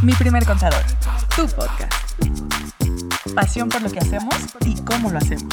Mi primer contador, tu podcast. Pasión por lo que hacemos y cómo lo hacemos.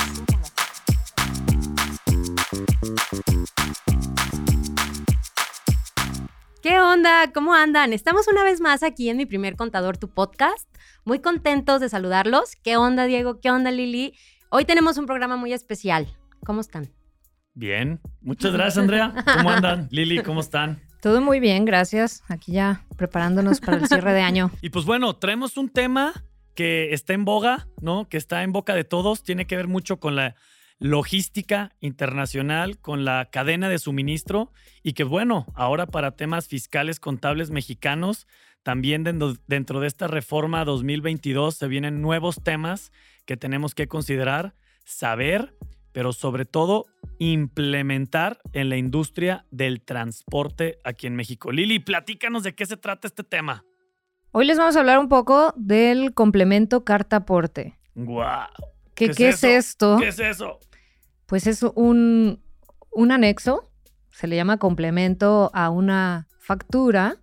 ¿Qué onda? ¿Cómo andan? Estamos una vez más aquí en Mi Primer Contador, tu podcast. Muy contentos de saludarlos. ¿Qué onda, Diego? ¿Qué onda, Lili? Hoy tenemos un programa muy especial. ¿Cómo están? Bien. Muchas gracias, Andrea. ¿Cómo andan? Lili, ¿cómo están? Todo muy bien, gracias. Aquí ya preparándonos para el cierre de año. Y pues bueno, traemos un tema que está en boga, ¿no? Que está en boca de todos. Tiene que ver mucho con la logística internacional, con la cadena de suministro y que bueno, ahora para temas fiscales contables mexicanos, también dentro de esta reforma 2022 se vienen nuevos temas que tenemos que considerar, saber, pero sobre todo implementar en la industria del transporte aquí en México. Lili, platícanos de qué se trata este tema. Hoy les vamos a hablar un poco del complemento carta-aporte. ¡Guau! ¿Qué es esto? ¿Qué es eso? Pues es un anexo, se le llama complemento a una factura.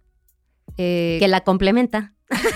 Que la complementa.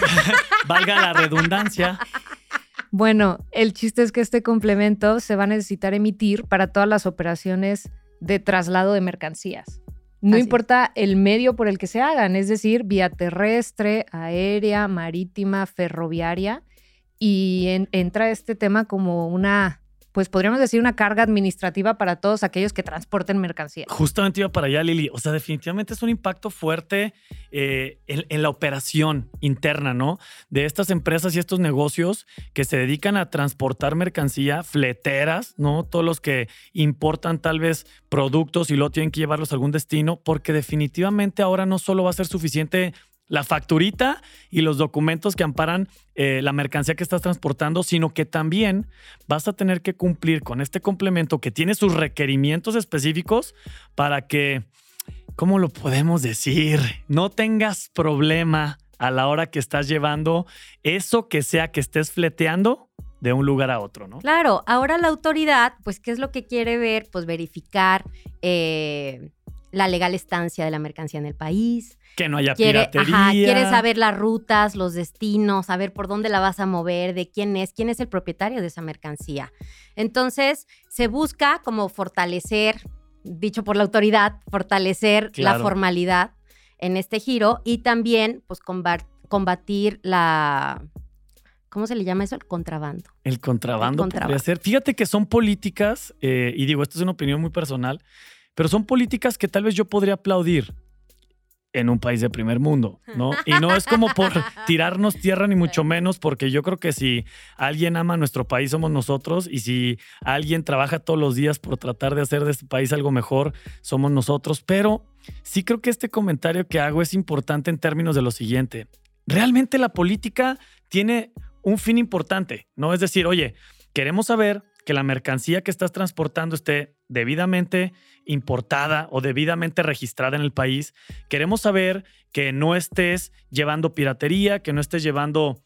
Valga la redundancia. Bueno, el chiste es que este complemento se va a necesitar emitir para todas las operaciones de traslado de mercancías. No importa el medio por el que se hagan, es decir, vía terrestre, aérea, marítima, ferroviaria. Y entra este tema como una, pues podríamos decir una carga administrativa para todos aquellos que transporten mercancía. Justamente iba para allá, Lili. O sea, definitivamente es un impacto fuerte en la operación interna, ¿no? De estas empresas y estos negocios que se dedican a transportar mercancía, fleteras, ¿no? Todos los que importan tal vez productos y luego tienen que llevarlos a algún destino, porque definitivamente ahora no solo va a ser suficiente la facturita y los documentos que amparan la mercancía que estás transportando, sino que también vas a tener que cumplir con este complemento que tiene sus requerimientos específicos para que, ¿cómo lo podemos decir? No tengas problema a la hora que estás llevando eso que sea que estés fleteando de un lugar a otro, ¿no? Claro, ahora la autoridad, pues, ¿qué es lo que quiere ver? Pues verificar la legal estancia de la mercancía en el país. Que no haya piratería. Ajá, quiere saber las rutas, los destinos, saber por dónde la vas a mover, de quién es el propietario de esa mercancía. Entonces, se busca como fortalecer, dicho por la autoridad, fortalecer la formalidad en este giro y también, pues, combatir la... ¿Cómo se le llama eso? El contrabando. El contrabando podría ser. Fíjate que son políticas, y digo, esto es una opinión muy personal, pero son políticas que tal vez yo podría aplaudir en un país de primer mundo, ¿no? Y no es como por tirarnos tierra ni mucho menos, porque yo creo que si alguien ama nuestro país somos nosotros y si alguien trabaja todos los días por tratar de hacer de este país algo mejor, somos nosotros. Pero sí creo que este comentario que hago es importante en términos de lo siguiente. Realmente la política tiene un fin importante, ¿no? Es decir, oye, queremos saber que la mercancía que estás transportando esté debidamente importada o debidamente registrada en el país. Queremos saber que no estés llevando piratería, que no estés llevando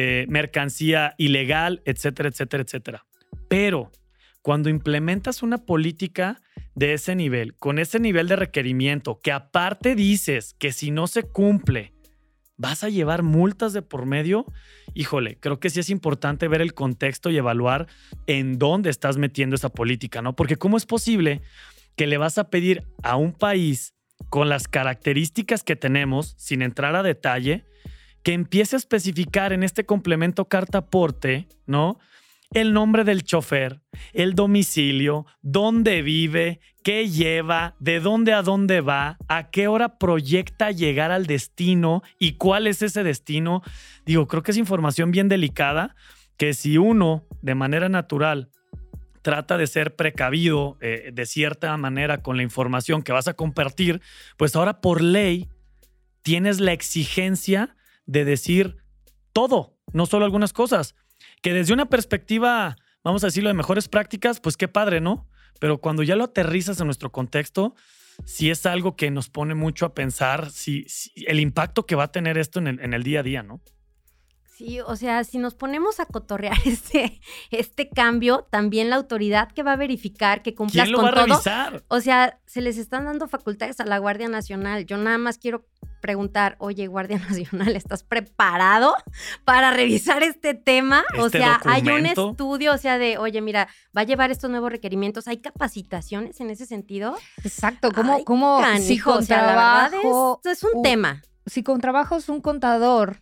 mercancía ilegal, etcétera, etcétera, etcétera. Pero cuando implementas una política de ese nivel, con ese nivel de requerimiento, que aparte dices que si no se cumple, vas a llevar multas de por medio, híjole, creo que sí es importante ver el contexto y evaluar en dónde estás metiendo esa política, ¿no? Porque ¿cómo es posible que le vas a pedir a un país con las características que tenemos, sin entrar a detalle, que empiece a especificar en este complemento carta-aporte, ¿no? El nombre del chofer, el domicilio, dónde vive, qué lleva, de dónde a dónde va, a qué hora proyecta llegar al destino y cuál es ese destino? Digo, creo que es información bien delicada que si uno de manera natural trata de ser precavido de cierta manera con la información que vas a compartir, pues ahora por ley tienes la exigencia de decir todo, no solo algunas cosas. Que desde una perspectiva, vamos a decirlo, de mejores prácticas, pues qué padre, ¿no? Pero cuando ya lo aterrizas en nuestro contexto, sí es algo que nos pone mucho a pensar si el impacto que va a tener esto en el día a día, ¿no? Sí, o sea, si nos ponemos a cotorrear este cambio, también la autoridad que va a verificar que cumplas ¿Quién lo con va a todo. revisar? O sea, se les están dando facultades a la Guardia Nacional. Yo nada más quiero preguntar, oye, Guardia Nacional, ¿estás preparado para revisar este tema? O sea, hay un estudio, o sea, de, oye, mira, va a llevar estos nuevos requerimientos. ¿Hay capacitaciones en ese sentido? Exacto. ¿Cómo si con o sea, trabajo, la verdad es un tema. Si con trabajo es un contador,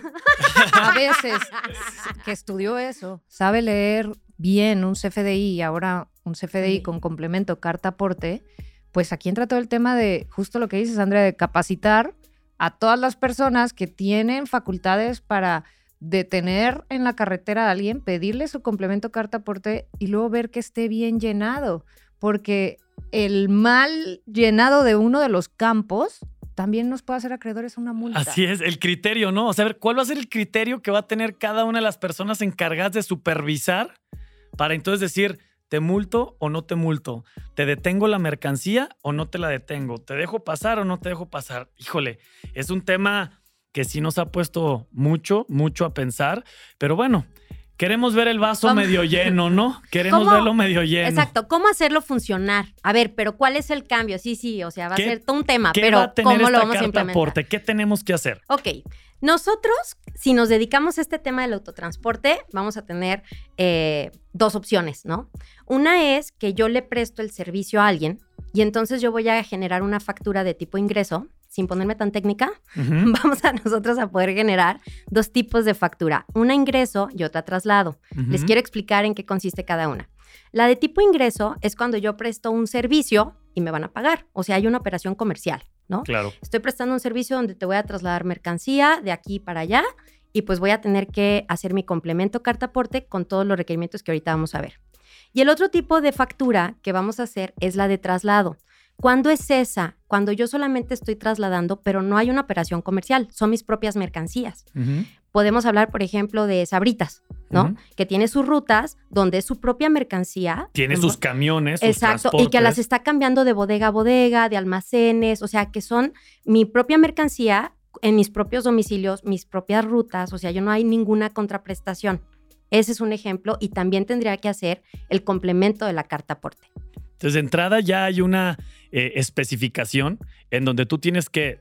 a veces, que estudió eso, sabe leer bien un CFDI y ahora un CFDI con complemento carta aporte, pues aquí entra todo el tema de justo lo que dices, Andrea, de capacitar a todas las personas que tienen facultades para detener en la carretera a alguien, pedirle su complemento carta aporte y luego ver que esté bien llenado, porque el mal llenado de uno de los campos también nos puede hacer acreedores a una multa. Así es, el criterio, ¿no? O sea, a ver, ¿cuál va a ser el criterio que va a tener cada una de las personas encargadas de supervisar para entonces decir, ¿te multo o no te multo? ¿Te detengo la mercancía o no te la detengo? ¿Te dejo pasar o no te dejo pasar? Híjole, es un tema que sí nos ha puesto mucho a pensar, pero bueno, queremos ver el vaso medio lleno, ¿no? Queremos verlo medio lleno. Exacto. ¿Cómo hacerlo funcionar? A ver, pero ¿cuál es el cambio? Sí, o sea, va a ser todo un tema, pero ¿cómo lo vamos a implementar? Aporte? ¿Qué tenemos que hacer? Ok. Nosotros, si nos dedicamos a este tema del autotransporte, vamos a tener dos opciones, ¿no? Una es que yo le presto el servicio a alguien y entonces yo voy a generar una factura de tipo ingreso. Sin ponerme tan técnica, vamos a nosotros a poder generar dos tipos de factura, una ingreso y otra traslado. Les quiero explicar en qué consiste cada una. La de tipo ingreso es cuando yo presto un servicio y me van a pagar, o sea, hay una operación comercial, ¿no? Claro. Estoy prestando un servicio donde te voy a trasladar mercancía de aquí para allá y pues voy a tener que hacer mi complemento carta aporte con todos los requerimientos que ahorita vamos a ver. Y el otro tipo de factura que vamos a hacer es la de traslado. ¿Cuándo es esa? Cuando yo solamente estoy trasladando, pero no hay una operación comercial, son mis propias mercancías. Podemos hablar, por ejemplo, de Sabritas, ¿no? Que tiene sus rutas donde es su propia mercancía. Tiene sus camiones, sus exacto, y que las está cambiando de bodega a bodega, de almacenes, o sea, que son mi propia mercancía en mis propios domicilios, mis propias rutas, o sea, yo no hay ninguna contraprestación. Ese es un ejemplo y también tendría que hacer el complemento de la carta aporte. Entonces, de entrada ya hay una especificación en donde tú tienes que,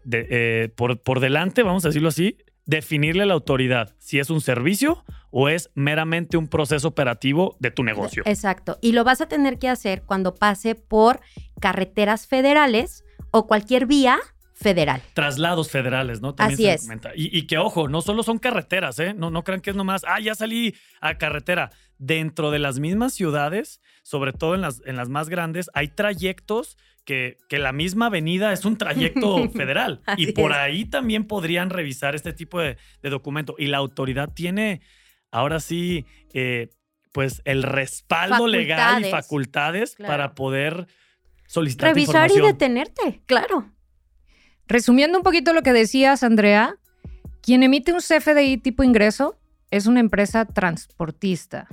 por delante, vamos a decirlo así, definirle a la autoridad si es un servicio o es meramente un proceso operativo de tu negocio. Exacto. Y lo vas a tener que hacer cuando pase por carreteras federales o cualquier vía federal. Traslados federales, ¿no? También así es. Y que, ojo, no solo son carreteras, ¿eh? No crean que es nomás, ya salí a carretera. Dentro de las mismas ciudades, sobre todo en las más grandes, hay trayectos que la misma avenida es un trayecto federal. Y por ahí también podrían revisar este tipo de documento. Y la autoridad tiene, ahora sí, pues el respaldo legal y facultades para poder solicitar revisar información. Y detenerte, claro. Resumiendo un poquito lo que decías, Andrea, quien emite un CFDI tipo ingreso es una empresa transportista.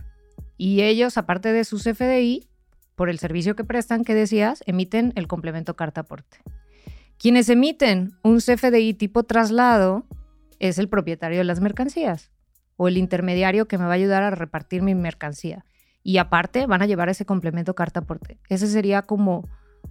Y ellos, aparte de su CFDI, por el servicio que prestan, que decías, emiten el complemento carta aporte. Quienes emiten un CFDI tipo traslado es el propietario de las mercancías o el intermediario que me va a ayudar a repartir mi mercancía. Y aparte van a llevar ese complemento carta aporte. Ese sería como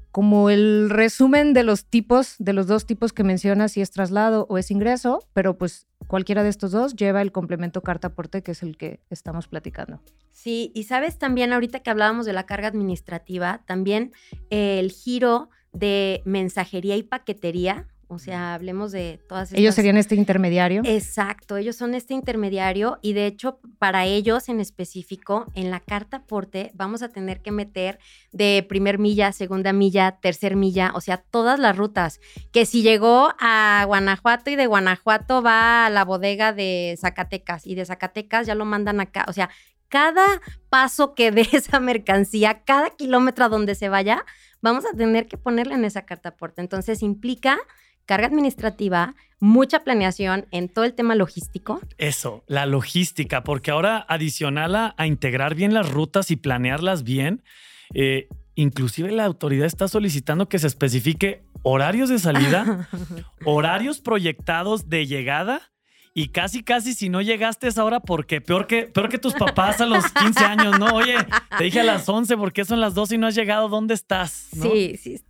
el resumen de los dos tipos que mencionas, si es traslado o es ingreso, pero pues cualquiera de estos dos lleva el complemento carta aporte, que es el que estamos platicando. Sí, y sabes también, ahorita que hablábamos de la carga administrativa, también el giro de mensajería y paquetería, o sea, hablemos de todas estas... Ellos serían este intermediario. Exacto, ellos son este intermediario y de hecho para ellos en específico en la carta aporte vamos a tener que meter de primer milla, segunda milla, tercer milla, o sea, todas las rutas, que si llegó a Guanajuato y de Guanajuato va a la bodega de Zacatecas y de Zacatecas ya lo mandan acá, o sea, cada paso que dé esa mercancía, cada kilómetro a donde se vaya, vamos a tener que ponerle en esa carta aporte. Entonces implica carga administrativa, mucha planeación en todo el tema logístico. Eso, la logística, porque ahora adicional a integrar bien las rutas y planearlas bien, inclusive la autoridad está solicitando que se especifique horarios de salida, horarios proyectados de llegada y casi si no llegaste es ahora porque peor que tus papás a los 15 años, ¿no? Oye, te dije a las 11, ¿por qué son las 12 y no has llegado? ¿Dónde estás? ¿No? Sí,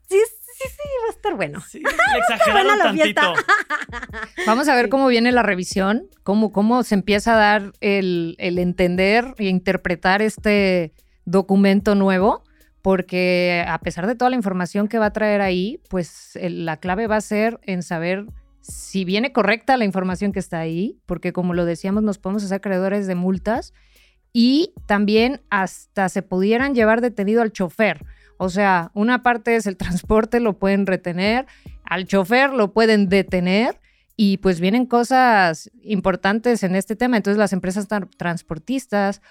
va a estar bueno. Sí, le exageraron tantito. Vamos a ver cómo viene la revisión, cómo se empieza a dar el entender e interpretar este documento nuevo, porque a pesar de toda la información que va a traer ahí, pues la clave va a ser en saber si viene correcta la información que está ahí, porque como lo decíamos, nos podemos hacer acreedores de multas y también hasta se pudieran llevar detenido al chofer. O sea, una parte es el transporte, lo pueden retener, al chofer lo pueden detener y pues vienen cosas importantes en este tema. Entonces las empresas transportistas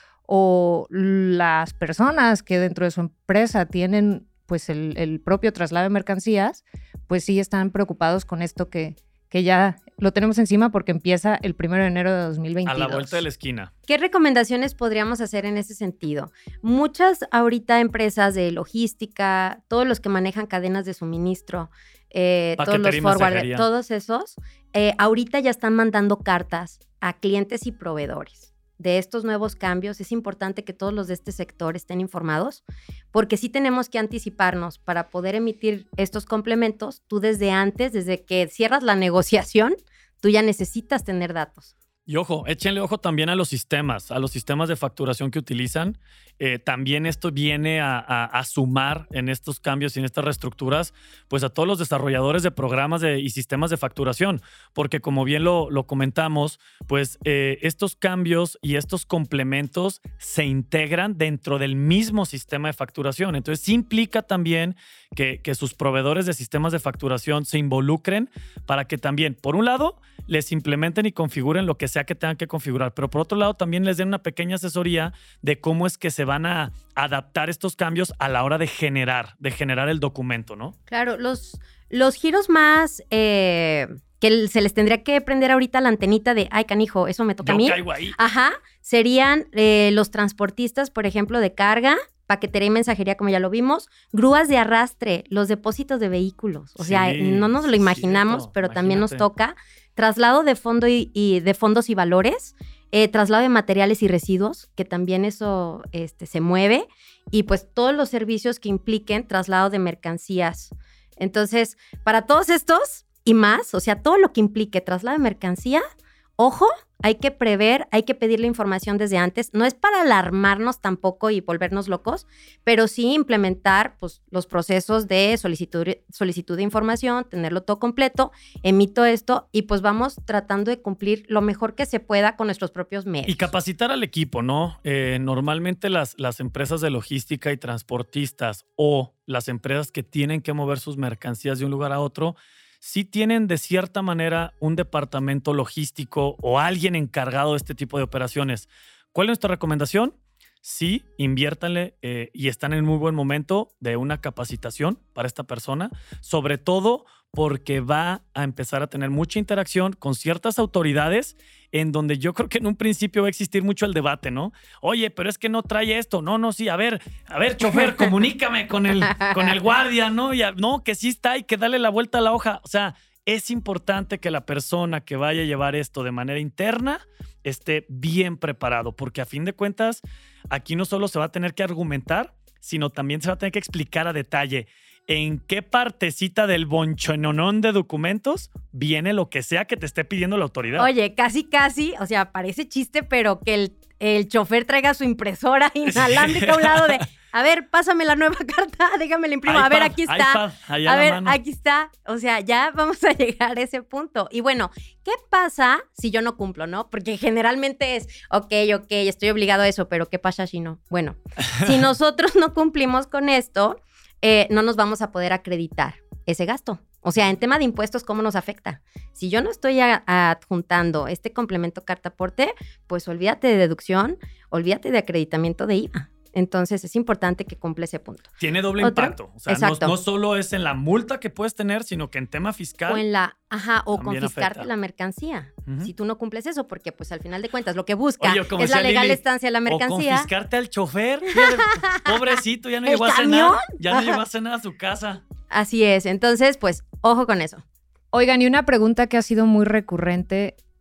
o las personas que dentro de su empresa tienen pues el propio traslado de mercancías, pues sí están preocupados con esto que ya lo tenemos encima porque empieza el 1 de enero de 2022. A la vuelta de la esquina. ¿Qué recomendaciones podríamos hacer en ese sentido? Muchas ahorita empresas de logística, todos los que manejan cadenas de suministro, todos los forwarders, todos esos, ahorita ya están mandando cartas a clientes y proveedores de estos nuevos cambios. Es importante que todos los de este sector estén informados, porque sí tenemos que anticiparnos para poder emitir estos complementos. Tú desde antes, desde que cierras la negociación, tú ya necesitas tener datos. Y ojo, échenle ojo también a los sistemas de facturación que utilizan. También esto viene a sumar en estos cambios y en estas reestructuras, pues a todos los desarrolladores de programas y sistemas de facturación, porque como bien lo comentamos, pues estos cambios y estos complementos se integran dentro del mismo sistema de facturación. Entonces sí implica también que sus proveedores de sistemas de facturación se involucren para que también, por un lado, les implementen y configuren lo que sea que tengan que configurar, pero por otro lado también les den una pequeña asesoría de cómo es que se van a adaptar estos cambios a la hora de generar el documento, ¿no? Claro, los giros más que se les tendría que prender ahorita la antenita de, ay, canijo, eso me toca a mí. Yo caigo ahí. Ajá, serían los transportistas, por ejemplo, de carga, paquetería y mensajería, como ya lo vimos, grúas de arrastre, los depósitos de vehículos. O sea, no nos lo imaginamos, cierto, pero imagínate. También nos toca. Traslado de fondo y de fondos y valores, traslado de materiales y residuos, que también eso se mueve, y pues todos los servicios que impliquen traslado de mercancías. Entonces, para todos estos y más, o sea, todo lo que implique traslado de mercancía, ojo, hay que prever, hay que pedir la información desde antes. No es para alarmarnos tampoco y volvernos locos, pero sí implementar pues, los procesos de solicitud de información, tenerlo todo completo, emito esto y pues vamos tratando de cumplir lo mejor que se pueda con nuestros propios medios. Y capacitar al equipo, ¿no? Normalmente las empresas de logística y transportistas o las empresas que tienen que mover sus mercancías de un lugar a otro sí tienen de cierta manera un departamento logístico o alguien encargado de este tipo de operaciones. ¿Cuál es nuestra recomendación? Sí, inviértanle y están en muy buen momento de una capacitación para esta persona, sobre todo porque va a empezar a tener mucha interacción con ciertas autoridades en donde yo creo que en un principio va a existir mucho el debate, ¿no? Oye, pero es que no trae esto. No, sí, a ver, chofer, comunícame con el guardia, ¿no? No, que sí está y que dale la vuelta a la hoja. O sea, es importante que la persona que vaya a llevar esto de manera interna esté bien preparado, porque a fin de cuentas, aquí no solo se va a tener que argumentar, sino también se va a tener que explicar a detalle en qué partecita del bonchononón de documentos viene lo que sea que te esté pidiendo la autoridad. Oye, casi, o sea, parece chiste, pero que el chofer traiga su impresora inalámbrica a un lado de, a ver, pásame la nueva carta, déjame la imprimo, a ver, aquí está, a ver, aquí está. O sea, ya vamos a llegar a ese punto. Y bueno, ¿qué pasa si yo no cumplo, no? Porque generalmente es, ok, estoy obligado a eso, pero ¿qué pasa si no? Bueno, si nosotros no cumplimos con esto, no nos vamos a poder acreditar ese gasto. O sea, en tema de impuestos, ¿cómo nos afecta? Si yo no estoy adjuntando este complemento carta aporte, pues olvídate de deducción, olvídate de acreditamiento de IVA. Entonces, es importante que cumpla ese punto. Tiene doble impacto. O sea, no solo es en la multa que puedes tener, sino que en tema fiscal. O en la, confiscarte la mercancía. Uh-huh. Si tú no cumples eso, porque pues al final de cuentas lo que busca es la legal estancia de la mercancía. O confiscarte al chofer. Pobrecito, ya no llegó a cenar. Ya no llegó a cenar a su casa. Así es. Entonces, pues, ojo con eso. Oigan, y una pregunta que ha sido muy recurrente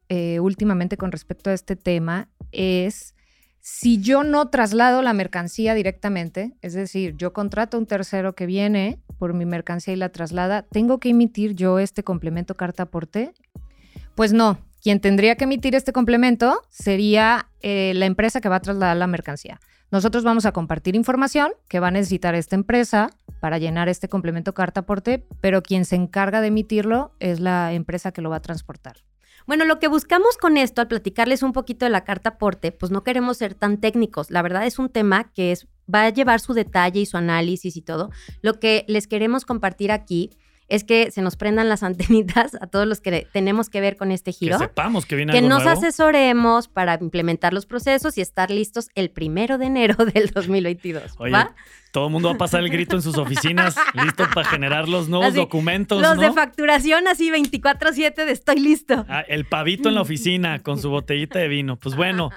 últimamente con respecto a este tema es si yo no traslado la mercancía directamente, es decir, yo contrato a un tercero que viene por mi mercancía y la traslada, ¿tengo que emitir yo este complemento carta aporte? Pues no. Quien tendría que emitir este complemento sería la empresa que va a trasladar la mercancía. Nosotros vamos a compartir información que va a necesitar esta empresa para llenar este complemento carta aporte, pero quien se encarga de emitirlo es la empresa que lo va a transportar. Bueno, lo que buscamos con esto, al platicarles un poquito de la carta aporte, pues no queremos ser tan técnicos. La verdad es un tema que va a llevar su detalle y su análisis y todo. Lo que les queremos compartir aquí es que se nos prendan las antenitas a todos los que tenemos que ver con este giro. Que sepamos que viene algo nuevo. Que nos asesoremos para implementar los procesos y estar listos el 1 de enero del 2022. Oye, ¿va? Todo el mundo va a pasar el grito en sus oficinas, listo para generar los nuevos documentos, los ¿no? de facturación así 24/7 de estoy listo. El pavito en la oficina con su botellita de vino. Pues bueno,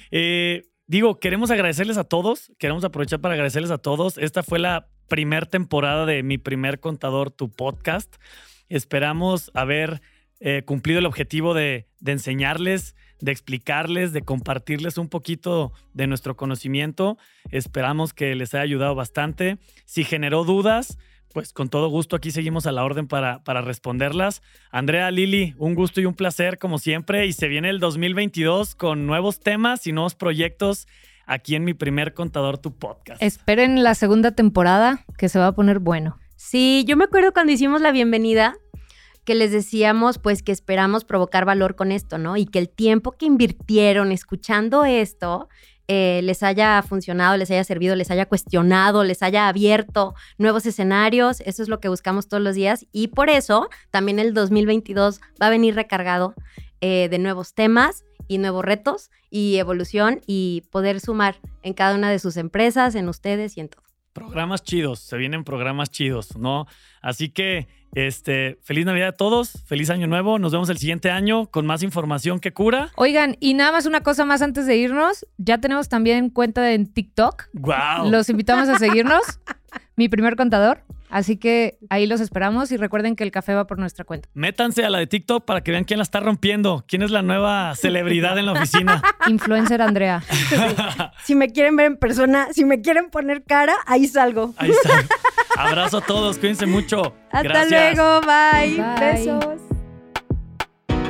queremos agradecerles a todos. Queremos aprovechar para agradecerles a todos. Esta fue la primer temporada de Mi Primer Contador, tu podcast. Esperamos haber cumplido el objetivo de enseñarles, de explicarles, de compartirles un poquito de nuestro conocimiento. Esperamos que les haya ayudado bastante. Si generó dudas, pues con todo gusto aquí seguimos a la orden para responderlas. Andrea, Lili, un gusto y un placer como siempre. Y se viene el 2022 con nuevos temas y nuevos proyectos aquí en Mi Primer Contador, tu podcast. Esperen la segunda temporada, que se va a poner bueno. Sí, yo me acuerdo cuando hicimos la bienvenida que les decíamos pues que esperamos provocar valor con esto, ¿no? Y que el tiempo que invirtieron escuchando esto les haya funcionado, les haya servido, les haya cuestionado, les haya abierto nuevos escenarios. Eso es lo que buscamos todos los días y por eso también el 2022 va a venir recargado de nuevos temas y nuevos retos y evolución y poder sumar en cada una de sus empresas, en ustedes y en todo. Programas chidos, se vienen programas chidos, ¿no? Así que, feliz Navidad a todos, feliz Año Nuevo, nos vemos el siguiente año con más información que cura. Oigan, y nada más una cosa más antes de irnos, ya tenemos también cuenta en TikTok. ¡Wow! Los invitamos a seguirnos, Mi Primer Contador. Así que ahí los esperamos y recuerden que el café va por nuestra cuenta. Métanse a la de TikTok para que vean quién la está rompiendo. ¿Quién es la nueva celebridad en la oficina? Influencer Andrea. Sí. Si me quieren ver en persona, si me quieren poner cara, ahí salgo. Ahí está. Abrazo a todos, cuídense mucho. Hasta Gracias. luego, bye. Bye. Besos.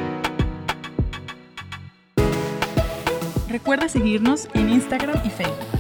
Recuerda seguirnos en Instagram y Facebook.